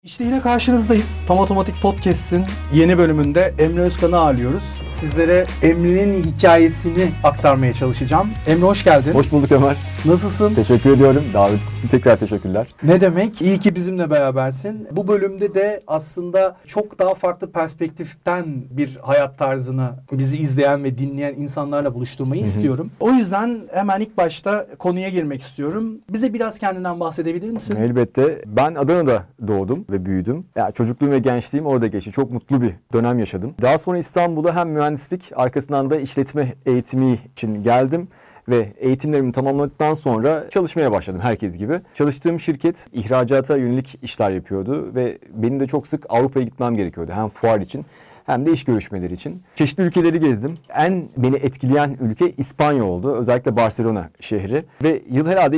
İşte yine karşınızdayız. Tam Otomatik Podcast'in yeni bölümünde Emre Özkan'ı ağırlıyoruz. Sizlere Emre'nin hikayesini aktarmaya çalışacağım. Emre hoş geldin. Hoş bulduk Ömer. Nasılsın? Teşekkür ediyorum. Davet için tekrar teşekkürler. Ne demek? İyi ki bizimle berabersin. Bu bölümde de aslında çok daha farklı perspektiften bir hayat tarzını bizi izleyen ve dinleyen insanlarla buluşturmayı istiyorum. O yüzden hemen ilk başta konuya girmek istiyorum. Bize biraz kendinden bahsedebilir misin? Elbette. Ben Adana'da doğdum ve büyüdüm. Yani çocukluğum ve gençliğim orada geçti. Çok mutlu bir dönem yaşadım. Daha sonra İstanbul'a hem mühendislik, arkasından da işletme eğitimi için geldim. Ve eğitimlerimi tamamladıktan sonra çalışmaya başladım herkes gibi. Çalıştığım şirket ihracata yönelik işler yapıyordu ve benim de çok sık Avrupa'ya gitmem gerekiyordu. Hem fuar için hem de iş görüşmeleri için. Çeşitli ülkeleri gezdim. En beni etkileyen ülke İspanya oldu. Özellikle Barcelona şehri. Ve yıl herhalde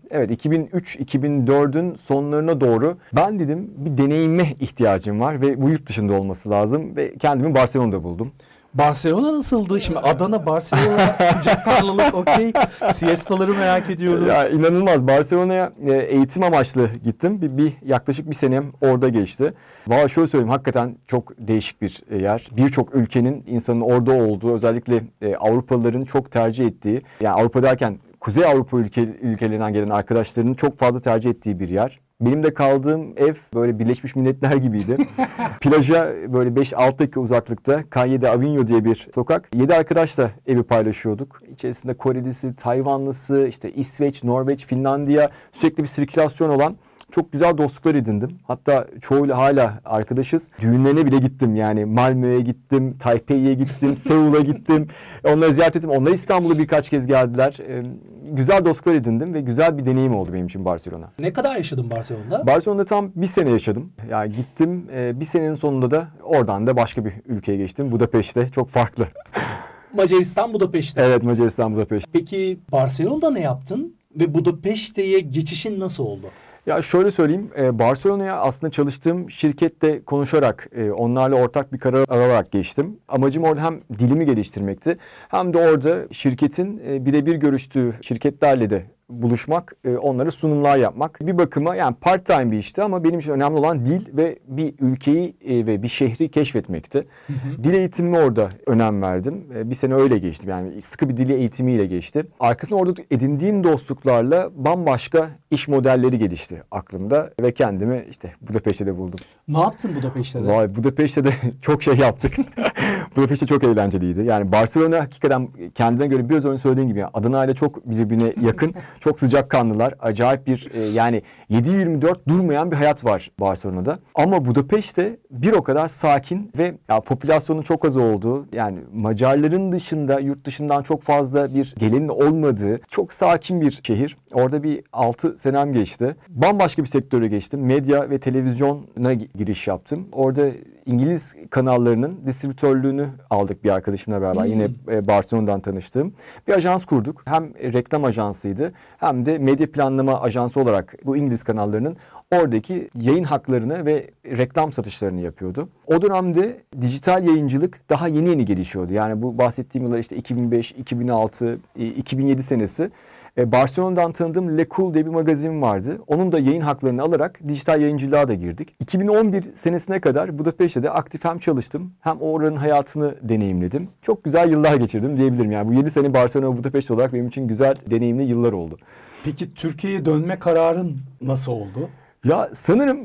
2003-2004'ün sonlarına doğru ben dedim bir deneyime ihtiyacım var ve bu yurt dışında olması lazım ve kendimi Barcelona'da buldum. Barcelona nasıldı? Şimdi Adana, Barcelona, sıcakkanlılık okey. Siestaları merak ediyoruz. Ya inanılmaz. Barcelona'ya eğitim amaçlı gittim. Yaklaşık bir senem orada geçti. Valla şöyle söyleyeyim, hakikaten çok değişik bir yer. Birçok ülkenin insanın orada olduğu, özellikle Avrupalıların çok tercih ettiği, yani Avrupa derken Kuzey Avrupa ülkelerinden gelen arkadaşlarının çok fazla tercih ettiği bir yer. Benim de kaldığım ev böyle Birleşmiş Milletler gibiydi. Plaja böyle 5-6 dakika uzaklıkta Calle de Avignon diye bir sokak. 7 arkadaşla evi paylaşıyorduk. İçerisinde Korelisi, Tayvanlısı, işte İsveç, Norveç, Finlandiya, sürekli bir sirkülasyon olan çok güzel dostluklar edindim. Hatta çoğuyla hala arkadaşız. Düğünlerine bile gittim yani. Malmö'ye gittim, Taipei'ye gittim, Seul'a gittim. Onları ziyaret ettim. Onlar İstanbul'a birkaç kez geldiler. Güzel dostluklar edindim ve güzel bir deneyim oldu benim için Barcelona. Ne kadar yaşadın Barcelona'da? Barcelona'da tam bir sene yaşadım. Yani gittim, bir senenin sonunda da oradan da başka bir ülkeye geçtim. Budapeşte, çok farklı. Macaristan, Budapeşte. Evet, Macaristan, Budapeşte. Peki Barcelona'da ne yaptın ve Budapeşte'ye geçişin nasıl oldu? Ya şöyle söyleyeyim, Barcelona'ya aslında çalıştığım şirkette konuşarak, onlarla ortak bir karar alarak geçtim. Amacım orada hem dilimi geliştirmekti, hem de orada şirketin birebir görüştüğü şirketlerle de buluşmak, onlara sunumlar yapmak. Bir bakıma yani part time bir işti ama benim için önemli olan dil ve bir ülkeyi ve bir şehri keşfetmekti. Dil eğitimine orada önem verdim. Bir sene öyle geçti, yani sıkı bir dil eğitimiyle geçti. Arkasında orada edindiğim dostluklarla bambaşka iş modelleri gelişti aklımda ve kendimi işte Budapeşte'de buldum. Ne yaptın Budapeşte'de? Vay, Budapeşte'de çok şey yaptık. Budapeşte çok eğlenceliydi. Yani Barcelona hakikaten kendine göre biraz önce söylediğim gibi Adana ile çok birbirine yakın, çok sıcakkanlılar. Acayip bir yani 7/24 durmayan bir hayat var Barcelona'da. Ama Budapeşte bir o kadar sakin ve ya, popülasyonun çok az olduğu, yani Macarların dışında yurt dışından çok fazla bir gelenin olmadığı çok sakin bir şehir. Orada bir 6 senem geçti. Bambaşka bir sektöre geçtim. Medya ve televizyona giriş yaptım. Orada İngiliz kanallarının distribütörlüğünü aldık bir arkadaşımla beraber. Yine Barcelona'dan tanıştığım bir ajans kurduk. Hem reklam ajansıydı hem de medya planlama ajansı olarak bu İngiliz kanallarının oradaki yayın haklarını ve reklam satışlarını yapıyordu. O dönemde dijital yayıncılık daha yeni yeni gelişiyordu. Yani bu bahsettiğim yıllar işte 2005, 2006, 2007 senesi. Barcelona'dan tanıdığım Le Cool diye bir magazin vardı. Onun da yayın haklarını alarak dijital yayıncılığa da girdik. 2011 senesine kadar Budapeşte'de aktif hem çalıştım hem oranın hayatını deneyimledim. Çok güzel yıllar geçirdim diyebilirim. Yani bu 7 sene Barcelona ve Budapeşte olarak benim için güzel, deneyimli yıllar oldu. Peki Türkiye'ye dönme kararın nasıl oldu? Ya sanırım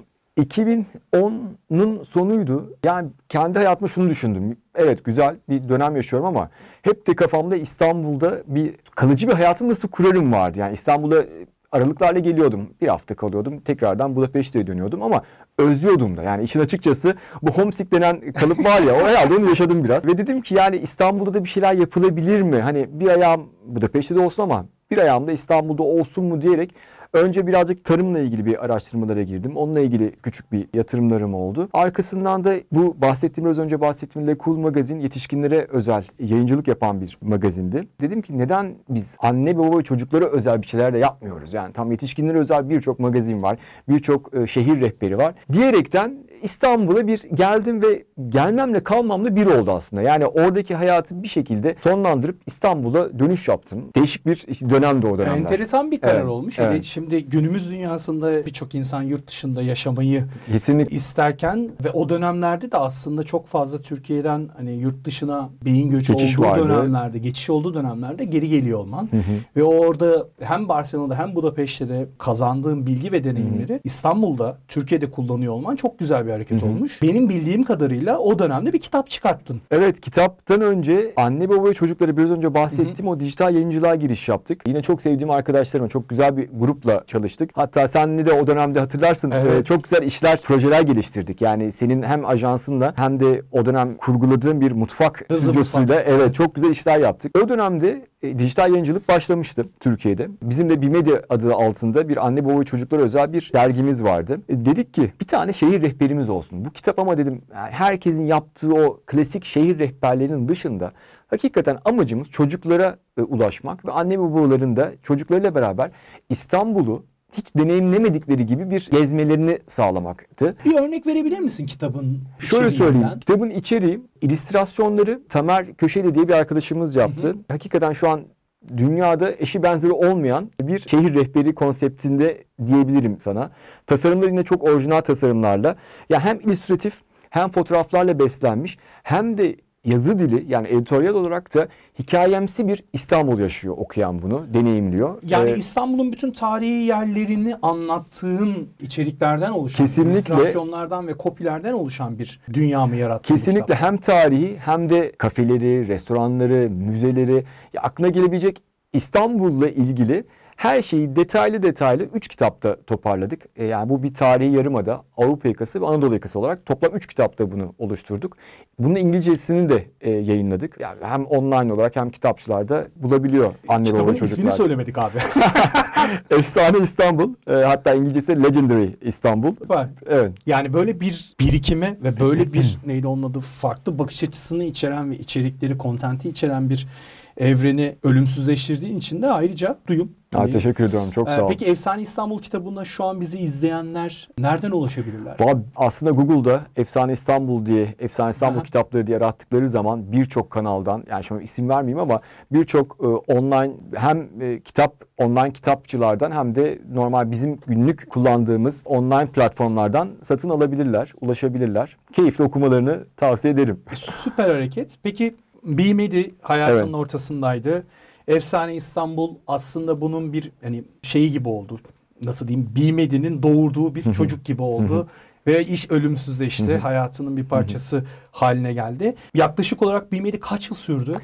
2010'un sonuydu. Yani kendi hayatıma şunu düşündüm. Evet, güzel bir dönem yaşıyorum ama hep de kafamda İstanbul'da bir kalıcı bir hayatı nasıl kurarım vardı. Yani İstanbul'a aralıklarla geliyordum. Bir hafta kalıyordum. Tekrardan Budapeşte'ye dönüyordum ama özlüyordum da. Yani işin açıkçası bu homesick denen kalıp var ya, o herhalde onu yaşadım biraz. Ve dedim ki yani İstanbul'da da bir şeyler yapılabilir mi? Hani bir ayağım Budapeşte'de olsun ama bir ayağım da İstanbul'da olsun mu diyerek önce birazcık tarımla ilgili bir araştırmalara girdim. Onunla ilgili küçük bir yatırımlarım oldu. Arkasından da bu biraz önce bahsettiğim Le Cool magazin yetişkinlere özel yayıncılık yapan bir magazindi. Dedim ki neden biz anne baba ve çocuklara özel bir şeyler de yapmıyoruz? Yani tam yetişkinlere özel birçok magazin var, birçok şehir rehberi var. Diyerekten İstanbul'a bir geldim ve gelmemle kalmamla bir oldu aslında. Yani oradaki hayatı bir şekilde sonlandırıp İstanbul'a dönüş yaptım. Değişik bir dönemdi o dönemler. Enteresan bir karar Evet, olmuş. evet. Hele şimdi günümüz dünyasında birçok insan yurt dışında yaşamayı Kesinlikle. isterken ve o dönemlerde de aslında çok fazla Türkiye'den hani yurt dışına beyin göçü Geçiş olduğu vardı. dönemlerde, geçiş olduğu dönemlerde geri geliyor olman ve orada hem Barcelona'da hem Budapeşte'de kazandığın bilgi ve deneyimleri İstanbul'da, Türkiye'de kullanıyor olman çok güzel bir hareket olmuş. Benim bildiğim kadarıyla o dönemde bir kitap çıkarttın. Evet, kitaptan önce anne baba ve çocuklara biraz önce bahsettiğim o dijital yayıncılığa giriş yaptık. Yine çok sevdiğim arkadaşlarımla çok güzel bir grupla çalıştık. Hatta senle de o dönemde hatırlarsın Evet. çok güzel işler, projeler geliştirdik. Yani senin hem ajansınla hem de o dönem kurguladığın bir mutfak Hızlı stüdyosuyla mutfak. evet çok güzel işler yaptık. O dönemde dijital yayıncılık başlamıştı Türkiye'de. Bizim de Bimedi adı altında bir anne baba ve çocuklara özel bir dergimiz vardı. Dedik ki bir tane şehir rehberimiz olsun. Bu kitap ama dedim yani herkesin yaptığı o klasik şehir rehberlerinin dışında hakikaten amacımız çocuklara ulaşmak ve anne babaların da çocuklarıyla beraber İstanbul'u hiç deneyimlemedikleri gibi bir gezmelerini sağlamaktı. Bir örnek verebilir misin kitabın Şöyle içeriğinden? söyleyeyim. Kitabın içeriği, illüstrasyonları Tamer Köşeli diye bir arkadaşımız yaptı. Hakikaten şu an dünyada eşi benzeri olmayan bir şehir rehberi konseptinde diyebilirim sana. Tasarımlar yine çok orijinal tasarımlarla. Ya hem illüstratif hem fotoğraflarla beslenmiş hem de yazı dili yani editoryal olarak da hikayemsi bir İstanbul yaşıyor okuyan bunu, deneyimliyor. Yani İstanbul'un bütün tarihi yerlerini anlattığın içeriklerden oluşan, Kesinlikle. illüstrasyonlardan ve kopilerden oluşan bir dünya mı yarattın? Kesinlikle hem tarihi hem de kafeleri, restoranları, müzeleri, ya aklına gelebilecek İstanbul'la ilgili her şeyi detaylı 3 kitapta toparladık. Yani bu bir tarihi yarımada, Avrupa yakası ve Anadolu yakası olarak toplam 3 kitapta bunu oluşturduk. Bunun İngilizcesini de yayınladık. Yani hem online olarak hem kitapçılarda bulabiliyor anne baba Kitabın çocuklar. ismini söylemedik abi. Efsane İstanbul. Hatta İngilizcesi de Legendary İstanbul. Süper. Evet. Yani böyle bir birikime ve böyle bir neydi onun adı farklı bakış açısını içeren ve içerikleri, kontenti içeren bir evreni ölümsüzleştirdiğin için de ayrıca duyum. Teşekkür ediyorum. Çok sağ ol. Peki Efsane İstanbul kitabına şu an bizi izleyenler nereden ulaşabilirler? Aslında Google'da Efsane İstanbul diye, Efsane İstanbul kitapları diye arattıkları zaman birçok kanaldan, yani şu an isim vermeyeyim ama birçok online hem online kitapçılardan hem de normal bizim günlük kullandığımız online platformlardan satın alabilirler, ulaşabilirler. Keyifli okumalarını tavsiye ederim. Süper hareket. Peki Bimedi hayatının ortasındaydı. Efsane İstanbul aslında bunun bir hani şeyi gibi oldu. Nasıl diyeyim? Bimedi'nin doğurduğu bir çocuk gibi oldu. Ve iş ölümsüzleşti. Hayatının bir parçası haline geldi. Yaklaşık olarak Bimedi kaç yıl sürdü?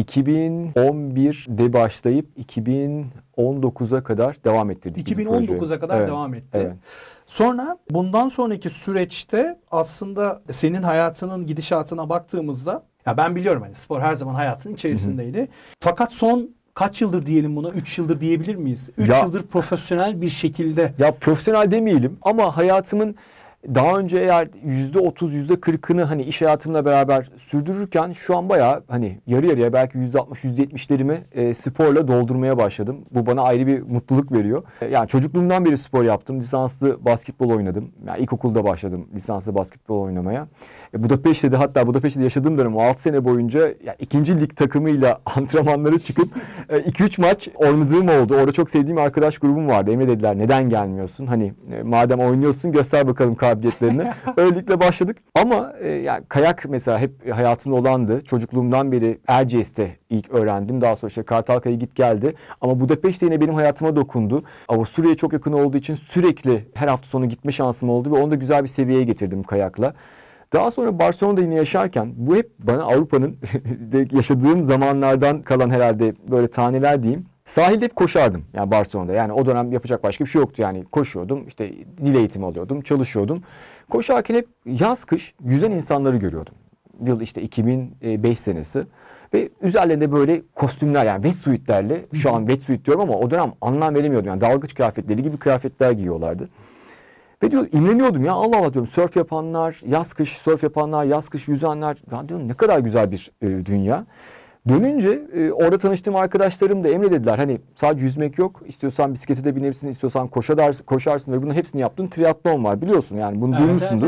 2011'de başlayıp 2019'a kadar devam ettirdik. 2019'a kadar devam etti. Evet. Sonra bundan sonraki süreçte aslında senin hayatının gidişatına baktığımızda ya ben biliyorum hani spor her zaman hayatının içerisindeydi. Fakat son kaç yıldır diyelim buna? 3 yıldır diyebilir miyiz? 3 yıldır profesyonel bir şekilde. Ya profesyonel demeyelim ama hayatımın daha önce eğer %30, %40'ını hani iş hayatımla beraber sürdürürken şu an bayağı hani yarı yarıya belki %60, %70'lerimi sporla doldurmaya başladım. Bu bana ayrı bir mutluluk veriyor. Yani çocukluğumdan beri spor yaptım. Lisanslı basketbol oynadım. Yani ilkokulda başladım lisanslı basketbol oynamaya. Budapeşte'de yaşadığım dönem o 6 sene boyunca ikinci lig takımıyla antrenmanlara çıkıp 2-3 maç oynadığım oldu. Orada çok sevdiğim arkadaş grubum vardı. Emre dediler neden gelmiyorsun? Hani madem oynuyorsun göster bakalım kabiliyetlerini. Öylelikle başladık. Ama yani kayak mesela hep hayatımda olandı. Çocukluğumdan beri Erciyes'te ilk öğrendim. Daha sonra işte Kartalkaya git geldi. Ama Budapeşte yine benim hayatıma dokundu. Avusturya'ya çok yakın olduğu için sürekli her hafta sonu gitme şansım oldu ve onu da güzel bir seviyeye getirdim kayakla. Daha sonra Barcelona'da yine yaşarken bu hep bana Avrupa'nın yaşadığım zamanlardan kalan herhalde böyle taneler diyeyim. Sahilde hep koşardım yani Barcelona'da. Yani o dönem yapacak başka bir şey yoktu. Yani koşuyordum, işte dil eğitimi alıyordum, çalışıyordum. Koşarken hep yaz kış yüzen insanları görüyordum. Yıl işte 2005 senesi. Ve üzerlerinde böyle kostümler yani wetsuitlerle, şu an wetsuit diyorum ama o dönem anlam veremiyordum. Yani dalgıç kıyafetleri gibi kıyafetler giyiyorlardı. Ve diyor imreniyordum ya Allah Allah diyorum sörf yapanlar, yaz kış sörf yapanlar, yaz kış yüzenler. Ben diyorum ne kadar güzel bir dünya. Dönünce orada tanıştığım arkadaşlarım da Emre dediler hani sadece yüzmek yok. İstiyorsan bisiklete de binersin, istiyorsan koşarsın ve bunun hepsini yaptığın triatlon var biliyorsun yani bunu duymuşsundur.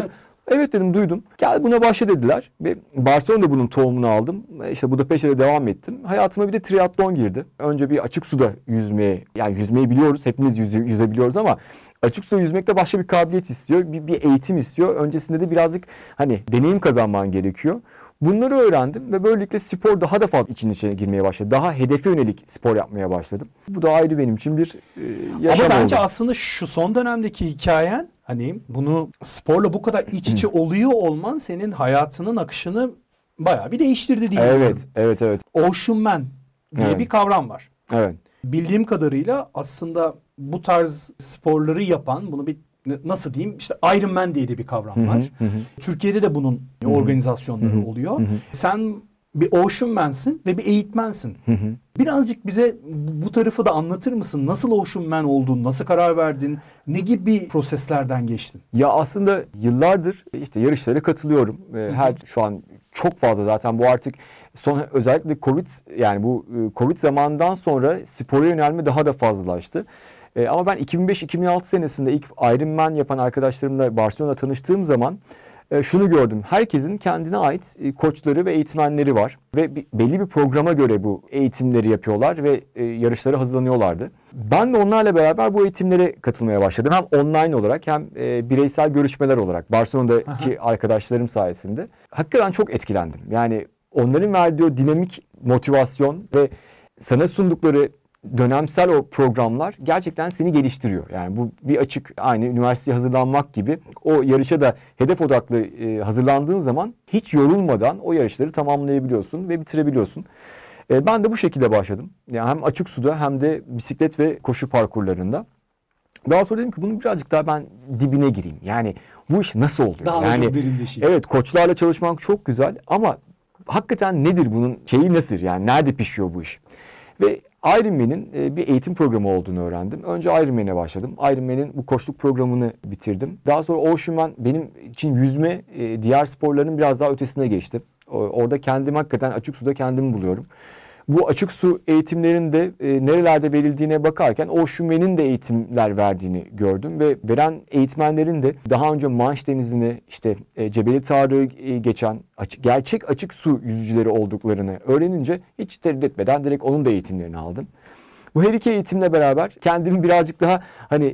Evet dedim, duydum. Gel buna başla dediler ve Barcelona'da bunun tohumunu aldım. İşte Budapeşte'de devam ettim. Hayatıma bir de triatlon girdi. Önce bir açık suda yüzmeye, yani yüzmeyi biliyoruz, hepimiz yüzebiliyoruz ama açık suda yüzmek de başka bir kabiliyet istiyor, bir eğitim istiyor. Öncesinde de birazcık hani deneyim kazanman gerekiyor. Bunları öğrendim ve böylelikle spor daha da fazla içine girmeye başladı. Daha hedefe yönelik spor yapmaya başladım. Bu da ayrı benim için bir yaşam oldu. Ama bence aslında şu son dönemdeki hikayen, hani bunu sporla bu kadar iç içe oluyor olman senin hayatının akışını bayağı bir değiştirdi diye. Evet. Ocean Man diye bir kavram var. Evet. Bildiğim kadarıyla aslında bu tarz sporları yapan, bunu bir nasıl diyeyim, işte Iron Man diye de bir kavram var. Türkiye'de de bunun organizasyonları oluyor. Sen bir Ocean Man'sin ve bir eğitmensin. Birazcık bize bu tarafı da anlatır mısın? Nasıl Ocean Man oldun? Nasıl karar verdin? Ne gibi proseslerden geçtin? Ya aslında yıllardır işte yarışlara katılıyorum. Şu an çok fazla zaten bu artık özellikle Covid, yani bu Covid zamanından sonra spora yönelme daha da fazlalaştı. Ama ben 2005-2006 senesinde ilk Ironman yapan arkadaşlarımla Barcelona'da tanıştığım zaman şunu gördüm. Herkesin kendine ait koçları ve eğitmenleri var. Ve belli bir programa göre bu eğitimleri yapıyorlar ve yarışlara hazırlanıyorlardı. Ben de onlarla beraber bu eğitimlere katılmaya başladım. Hem online olarak hem bireysel görüşmeler olarak Barcelona'daki arkadaşlarım sayesinde. Hakikaten çok etkilendim. Yani onların verdiği o dinamik motivasyon ve sana sundukları dönemsel o programlar gerçekten seni geliştiriyor. Yani bu bir açık, aynı üniversiteye hazırlanmak gibi, o yarışa da hedef odaklı hazırlandığın zaman hiç yorulmadan o yarışları tamamlayabiliyorsun ve bitirebiliyorsun. Ben de bu şekilde başladım. Yani hem açık suda hem de bisiklet ve koşu parkurlarında. Daha sonra dedim ki bunun birazcık daha ben dibine gireyim. Yani bu iş nasıl oluyor? Daha yani derinleşeyim. evet, koçlarla çalışmak çok güzel ama hakikaten nedir bunun şeyi, nasıl? Yani nerede pişiyor bu iş? Ve Ironman'in bir eğitim programı olduğunu öğrendim. Önce Ironman'e başladım. Ironman'in bu koçluk programını bitirdim. Daha sonra Ocean Man benim için yüzme, diğer sporların biraz daha ötesine geçti. Orada kendimi hakikaten açık suda kendimi buluyorum. Bu açık su eğitimlerinde nerelerde verildiğine bakarken Ocean Man'in de eğitimler verdiğini gördüm ve veren eğitmenlerin de daha önce Manş Denizi'ni, işte Cebeli Tarık'ı geçen gerçek açık su yüzücüleri olduklarını öğrenince hiç tereddüt etmeden direkt onun da eğitimlerini aldım. Bu her iki eğitimle beraber kendimi birazcık daha hani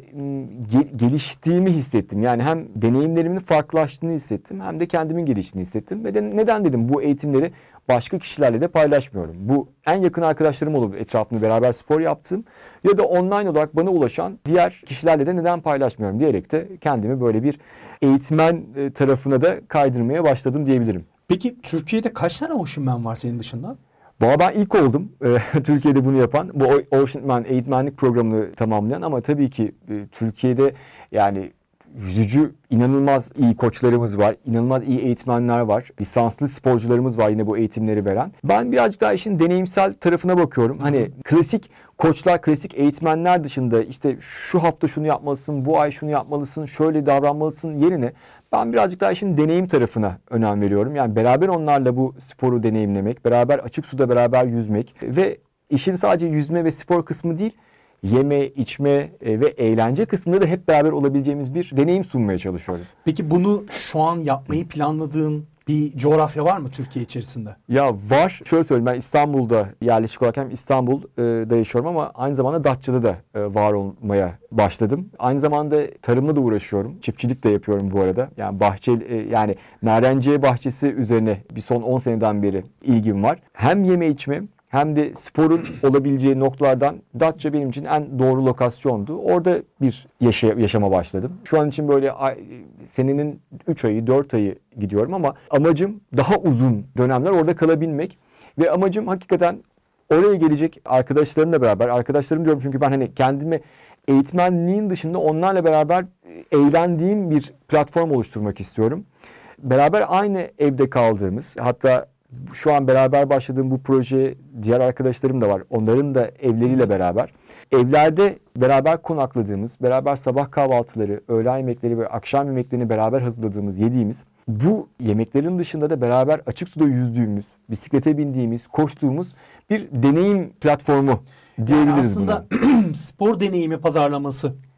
geliştiğimi hissettim. Yani hem deneyimlerimin farklılaştığını hissettim hem de kendimin geliştiğini hissettim. Ve neden dedim bu eğitimleri başka kişilerle de paylaşmıyorum. Bu en yakın arkadaşlarım olur, etrafımda beraber spor yaptığım ya da online olarak bana ulaşan diğer kişilerle de neden paylaşmıyorum diyerek de kendimi böyle bir eğitmen tarafına da kaydırmaya başladım diyebilirim. Peki Türkiye'de kaç tane Ocean Man var senin dışında? Ben ilk oldum Türkiye'de bunu yapan, bu Ocean Man eğitmenlik programını tamamlayan, ama tabii ki Türkiye'de yani yüzücü inanılmaz iyi koçlarımız var, inanılmaz iyi eğitmenler var, lisanslı sporcularımız var yine bu eğitimleri veren. Ben birazcık daha işin deneyimsel tarafına bakıyorum. Hani klasik koçlar, klasik eğitmenler dışında işte şu hafta şunu yapmalısın, bu ay şunu yapmalısın, şöyle davranmalısın yerine ben birazcık daha işin deneyim tarafına önem veriyorum. Yani beraber onlarla bu sporu deneyimlemek, beraber açık suda beraber yüzmek ve işin sadece yüzme ve spor kısmı değil, yeme, içme ve eğlence kısmında da hep beraber olabileceğimiz bir deneyim sunmaya çalışıyoruz. Peki bunu şu an yapmayı planladığın bir coğrafya var mı Türkiye içerisinde? Ya var. Şöyle söyleyeyim, ben İstanbul'da yerleşik olarak hem İstanbul'da yaşıyorum ama aynı zamanda Datça'da da var olmaya başladım. Aynı zamanda tarımla da uğraşıyorum. Çiftçilik de yapıyorum bu arada. Yani yani narenciye bahçesi üzerine bir son 10 seneden beri ilgim var. Hem yeme içme hem de sporun olabileceği noktalardan Datça benim için en doğru lokasyondu. Orada bir yaşama başladım. Şu an için böyle senenin 3 ayı, 4 ayı gidiyorum ama amacım daha uzun dönemler orada kalabilmek. Ve amacım hakikaten oraya gelecek arkadaşlarımla beraber, arkadaşlarım diyorum çünkü ben hani kendimi eğitmenliğin dışında onlarla beraber eğlendiğim bir platform oluşturmak istiyorum. Beraber aynı evde kaldığımız, hatta şu an beraber başladığım bu projeye diğer arkadaşlarım da var. Onların da evleriyle beraber. Evlerde beraber konakladığımız, beraber sabah kahvaltıları, öğlen yemekleri ve akşam yemeklerini beraber hazırladığımız, yediğimiz, bu yemeklerin dışında da beraber açık suda yüzdüğümüz, bisiklete bindiğimiz, koştuğumuz bir deneyim platformu diyebiliriz yani aslında buna. spor deneyimi pazarlaması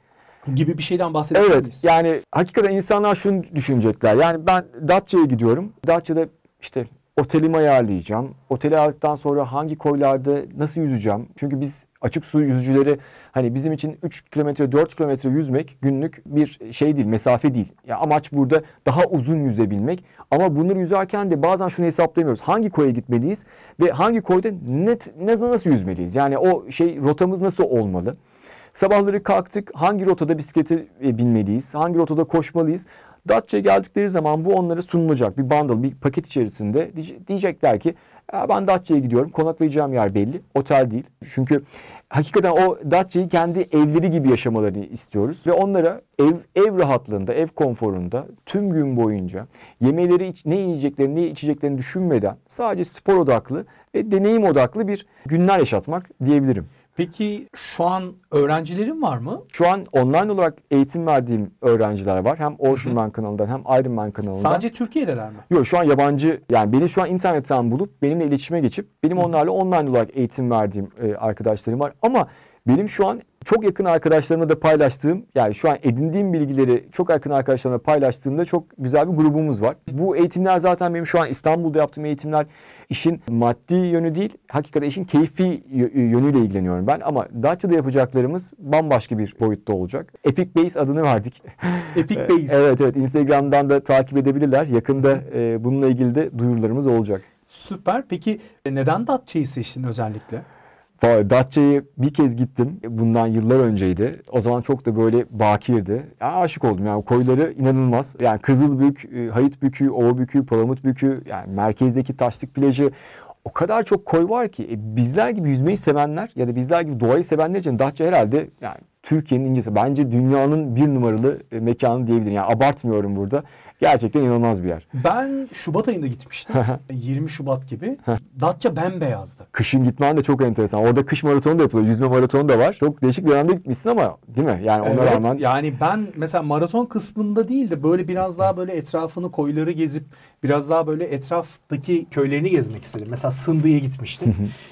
gibi bir şeyden bahsedebilir Evet, miyiz? yani hakikaten insanlar şunu düşünecekler. Yani ben Datça'ya gidiyorum. Datça'da işte otelimi ayarlayacağım. Oteli aldıktan sonra hangi koylarda nasıl yüzeceğim? Çünkü biz açık su yüzücüleri, hani bizim için 3 kilometre 4 kilometre yüzmek günlük bir şey değil, mesafe değil. Ya amaç burada daha uzun yüzebilmek. Ama bunları yüzerken de bazen şunu hesaplayamıyoruz. Hangi koya gitmeliyiz ve hangi koyda nasıl yüzmeliyiz? Yani o rotamız nasıl olmalı? Sabahları kalktık, hangi rotada bisiklete binmeliyiz, hangi rotada koşmalıyız? Datça'ya geldikleri zaman bu onlara sunulacak bir bundle, bir paket içerisinde. Diyecekler ki ya ben Datça'ya gidiyorum, konaklayacağım yer belli, otel değil. Çünkü hakikaten o Datça'yı kendi evleri gibi yaşamalarını istiyoruz. Ve onlara ev rahatlığında, ev konforunda tüm gün boyunca yemeleri, ne yiyeceklerini, ne içeceklerini düşünmeden sadece spor odaklı ve deneyim odaklı bir günler yaşatmak diyebilirim. Peki şu an öğrencilerin var mı? Şu an online olarak eğitim verdiğim öğrenciler var. Hem Ocean Man kanalından hem Iron Man kanalından. Sadece Türkiye'deler mi? Yok, şu an yabancı, yani beni şu an internetten bulup benimle iletişime geçip benim onlarla online olarak eğitim verdiğim arkadaşlarım var. Ama benim şu an çok yakın arkadaşlarımla da paylaştığım, yani şu an edindiğim bilgileri çok yakın arkadaşlarımla paylaştığımda çok güzel bir grubumuz var. Bu eğitimler zaten benim şu an İstanbul'da yaptığım eğitimler işin maddi yönü değil, hakikaten işin keyfi yönüyle ilgileniyorum ben. Ama Datça'da yapacaklarımız bambaşka bir boyutta olacak. Epic Base adını verdik. Epic Base. Evet, Instagram'dan da takip edebilirler. Yakında bununla ilgili de duyurularımız olacak. Süper. Peki neden Datça'yı seçtin özellikle? Datça'ya bir kez gittim. Bundan yıllar önceydi. O zaman çok da böyle bakirdi. Ya, aşık oldum yani, koyları inanılmaz. Yani Kızılbük, Hayıtbükü, Ovabükü, Palamutbükü, yani merkezdeki Taşlık plajı, o kadar çok koy var ki bizler gibi yüzmeyi sevenler ya da bizler gibi doğayı sevenler için Datça herhalde yani Türkiye'nin incisi. Bence dünyanın bir numaralı mekanı diyebilirim. Yani abartmıyorum burada. Gerçekten inanılmaz bir yer. Ben Şubat ayında gitmiştim. 20 Şubat gibi. Datça bembeyazdı. Kışın gitmen de çok enteresan. Orada kış maratonu da yapılıyor. Yüzme maratonu da var. Çok değişik bir dönemde gitmişsin ama değil mi? Yani ona rağmen. Yani ben mesela maraton kısmında değil de böyle biraz daha böyle etrafını, koyları gezip biraz daha böyle etraftaki köylerini gezmek istedim. Mesela Sındı'ya gitmiştim.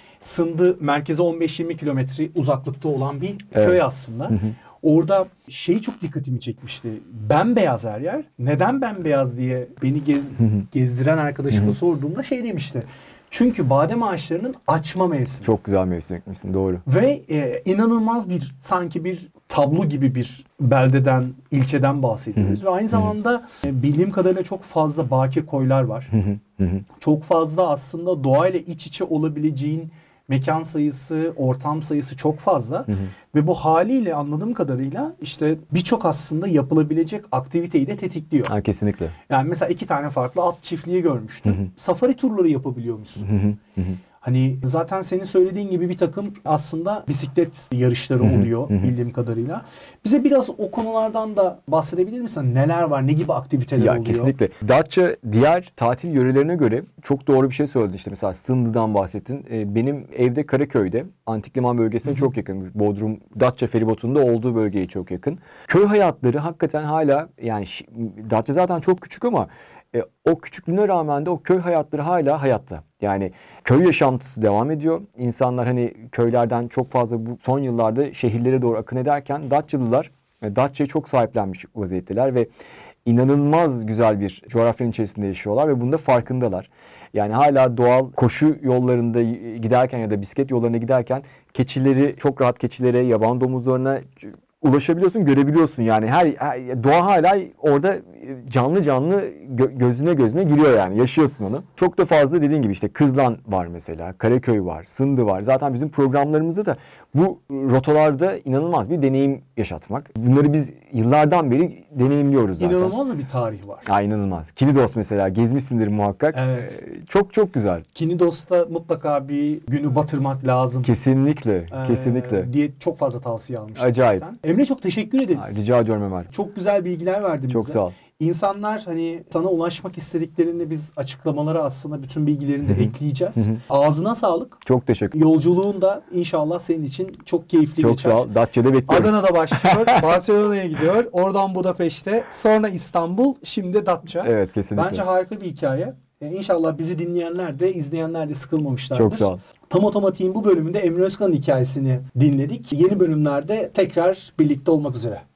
Sındı merkeze 15-20 kilometre uzaklıkta olan bir köy aslında. Orada çok dikkatimi çekmişti. Bembeyaz her yer. Neden bembeyaz diye beni gezdiren arkadaşıma sorduğumda demişti. Çünkü badem ağaçlarının açma mevsimi. Çok güzel mevsim ekmişsin, doğru. Ve inanılmaz sanki bir tablo gibi bir beldeden, ilçeden bahsediyoruz. Ve aynı zamanda bildiğim kadarıyla çok fazla bakir koylar var. Çok fazla aslında doğayla iç içe olabileceğin mekan sayısı, ortam sayısı çok fazla. Ve bu haliyle anladığım kadarıyla işte birçok aslında yapılabilecek aktiviteyi de tetikliyor. Ha, kesinlikle. Yani mesela 2 tane farklı at çiftliği görmüştüm. Safari turları yapabiliyormuşsun. Hani zaten senin söylediğin gibi bir takım aslında bisiklet yarışları oluyor bildiğim kadarıyla. Bize biraz o konulardan da bahsedebilir misin? Neler var? Ne gibi aktiviteler oluyor? Kesinlikle. Datça diğer tatil yörelerine göre çok doğru bir şey söyledin. İşte mesela Sındı'dan bahsettin. Benim evde Karaköy'de, Antik Liman bölgesine çok yakın. Bodrum, Datça feribotunun da olduğu bölgeye çok yakın. Köy hayatları hakikaten hala, yani Datça zaten çok küçük ama o küçüklüğüne rağmen de o köy hayatları hala hayatta. Yani köy yaşantısı devam ediyor. İnsanlar hani köylerden çok fazla bu son yıllarda şehirlere doğru akın ederken Datçalılar Datça'yı çok sahiplenmiş vaziyetteler ve inanılmaz güzel bir coğrafyanın içerisinde yaşıyorlar ve bunda farkındalar. Yani hala doğal koşu yollarında giderken ya da bisiklet yollarına giderken çok rahat keçilere, yaban domuzlarına ulaşabiliyorsun, görebiliyorsun. Yani doğa hala orada canlı gözüne giriyor yani. Yaşıyorsun onu. Çok da fazla dediğin gibi işte Kızlan var mesela, Karaköy var, Sındı var. Zaten bizim programlarımızda da bu rotalarda inanılmaz bir deneyim yaşatmak. Bunları biz yıllardan beri deneyimliyoruz zaten. İnanılmaz da bir tarih var. Ya, inanılmaz. Kinidos mesela gezmişsindir muhakkak. Evet. Çok güzel. Kinidos'ta mutlaka bir günü batırmak lazım. Kesinlikle. Diye çok fazla tavsiye almıştım. Acayip. Zaten. Emre, çok teşekkür ederiz. Rica ediyorum Ömer. Çok güzel bilgiler verdin bize. Çok sağ ol. İnsanlar hani sana ulaşmak istediklerinde biz açıklamalara aslında bütün bilgilerini de ekleyeceğiz. Ağzına sağlık. Çok teşekkür. Yolculuğun da inşallah senin için çok keyifli geçer. Çok sağ ol. Datça'da bekliyoruz. Adana'da başlıyor, Barcelona'ya gidiyor, oradan Budapeşte, sonra İstanbul, şimdi Datça. Evet, kesinlikle. Bence harika bir hikaye. İnşallah bizi dinleyenler de, izleyenler de sıkılmamışlardır. Çok sağ ol. Tam Otomatik'in bu bölümünde Emre Özkan'ın hikayesini dinledik. Yeni bölümlerde tekrar birlikte olmak üzere.